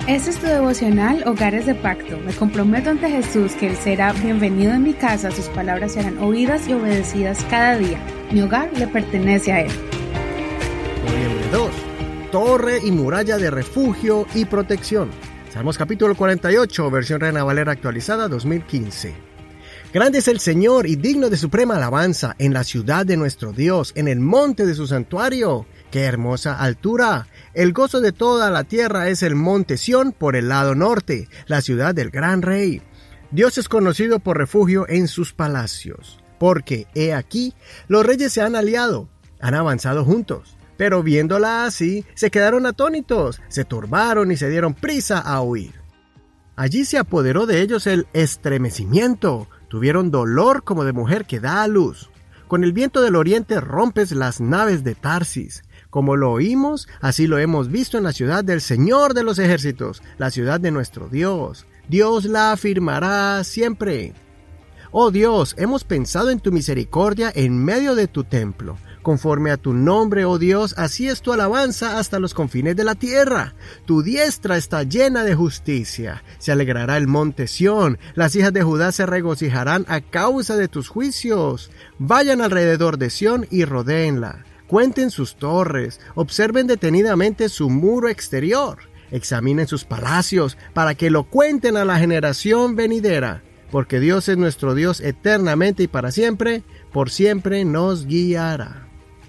Este es tu devocional Hogares de Pacto. Me comprometo ante Jesús que Él será bienvenido en mi casa, sus palabras serán oídas y obedecidas cada día. Mi hogar le pertenece a Él. Noviembre 2. Torre y muralla de refugio y protección. Salmos capítulo 48, versión Reina Valera actualizada 2015. Grande es el Señor y digno de suprema alabanza en la ciudad de nuestro Dios, en el monte de su santuario. ¡Qué hermosa altura! El gozo de toda la tierra es el monte Sión por el lado norte, la ciudad del gran rey. Dios es conocido por refugio en sus palacios, porque, he aquí, los reyes se han aliado, han avanzado juntos. Pero viéndola así, se quedaron atónitos, se turbaron y se dieron prisa a huir. Allí se apoderó de ellos el estremecimiento, tuvieron dolor como de mujer que da a luz. Con el viento del oriente rompes las naves de Tarsis. Como lo oímos, así lo hemos visto en la ciudad del Señor de los ejércitos, la ciudad de nuestro Dios. Dios la afirmará siempre. Oh Dios, hemos pensado en tu misericordia en medio de tu templo. Conforme a tu nombre, oh Dios, así es tu alabanza hasta los confines de la tierra. Tu diestra está llena de justicia. Se alegrará el monte Sión. Las hijas de Judá se regocijarán a causa de tus juicios. Vayan alrededor de Sión y rodéenla. Cuenten sus torres, observen detenidamente su muro exterior, examinen sus palacios para que lo cuenten a la generación venidera, porque Dios es nuestro Dios eternamente y para siempre, por siempre nos guiará.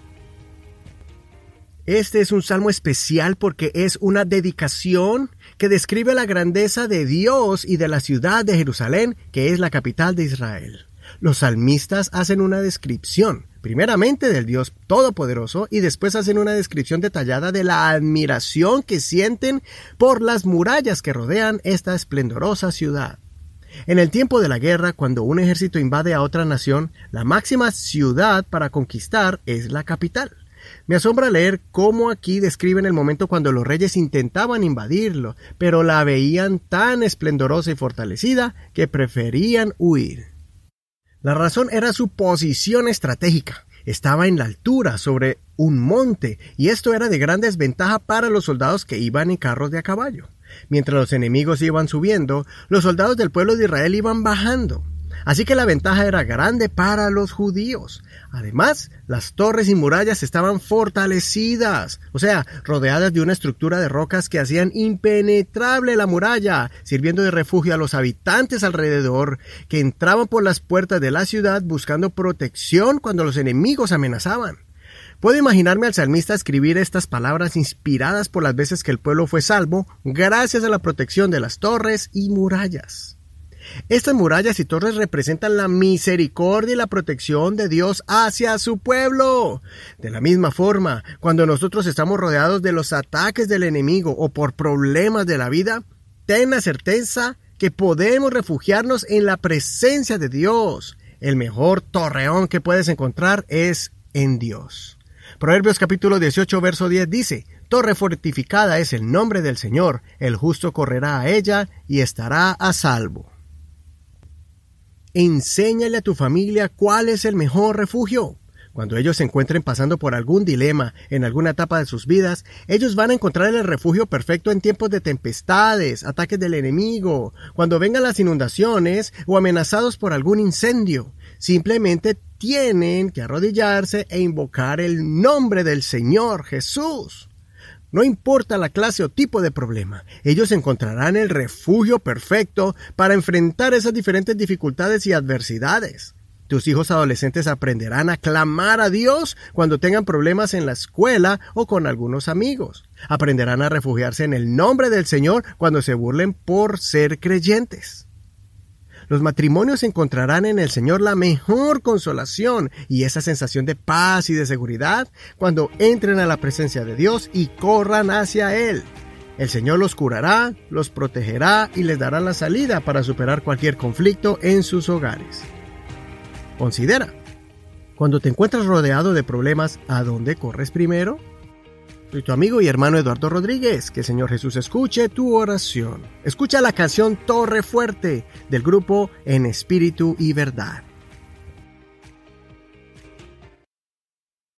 Este es un salmo especial porque es una dedicación que describe la grandeza de Dios y de la ciudad de Jerusalén, que es la capital de Israel. Los salmistas hacen una descripción, primeramente del Dios Todopoderoso, y después hacen una descripción detallada de la admiración que sienten por las murallas que rodean esta esplendorosa ciudad. En el tiempo de la guerra, cuando un ejército invade a otra nación, la máxima ciudad para conquistar es la capital. Me asombra leer cómo aquí describen el momento cuando los reyes intentaban invadirlo, pero la veían tan esplendorosa y fortalecida que preferían huir. La razón era su posición estratégica. Estaba en la altura, sobre un monte, y esto era de gran desventaja para los soldados que iban en carros de a caballo. Mientras los enemigos iban subiendo, los soldados del pueblo de Israel iban bajando. Así que la ventaja era grande para los judíos. Además, las torres y murallas estaban fortalecidas, o sea, rodeadas de una estructura de rocas que hacían impenetrable la muralla, sirviendo de refugio a los habitantes alrededor, que entraban por las puertas de la ciudad buscando protección cuando los enemigos amenazaban. Puedo imaginarme al salmista escribir estas palabras inspiradas por las veces que el pueblo fue salvo, gracias a la protección de las torres y murallas. Estas murallas y torres representan la misericordia y la protección de Dios hacia su pueblo. De la misma forma, cuando nosotros estamos rodeados de los ataques del enemigo o por problemas de la vida, ten la certeza que podemos refugiarnos en la presencia de Dios. El mejor torreón que puedes encontrar es en Dios. Proverbios capítulo 18, verso 10 dice: Torre fortificada es el nombre del Señor, el justo correrá a ella y estará a salvo. Enséñale a tu familia cuál es el mejor refugio. Cuando ellos se encuentren pasando por algún dilema en alguna etapa de sus vidas, ellos van a encontrar el refugio perfecto en tiempos de tempestades, ataques del enemigo, cuando vengan las inundaciones o amenazados por algún incendio. Simplemente tienen que arrodillarse e invocar el nombre del Señor Jesús. No importa la clase o tipo de problema, ellos encontrarán el refugio perfecto para enfrentar esas diferentes dificultades y adversidades. Tus hijos adolescentes aprenderán a clamar a Dios cuando tengan problemas en la escuela o con algunos amigos. Aprenderán a refugiarse en el nombre del Señor cuando se burlen por ser creyentes. Los matrimonios encontrarán en el Señor la mejor consolación y esa sensación de paz y de seguridad cuando entren a la presencia de Dios y corran hacia Él. El Señor los curará, los protegerá y les dará la salida para superar cualquier conflicto en sus hogares. Considera, cuando te encuentras rodeado de problemas, ¿a dónde corres primero? Soy tu amigo y hermano Eduardo Rodríguez. Que el Señor Jesús escuche tu oración. Escucha la canción Torre Fuerte del grupo En Espíritu y Verdad.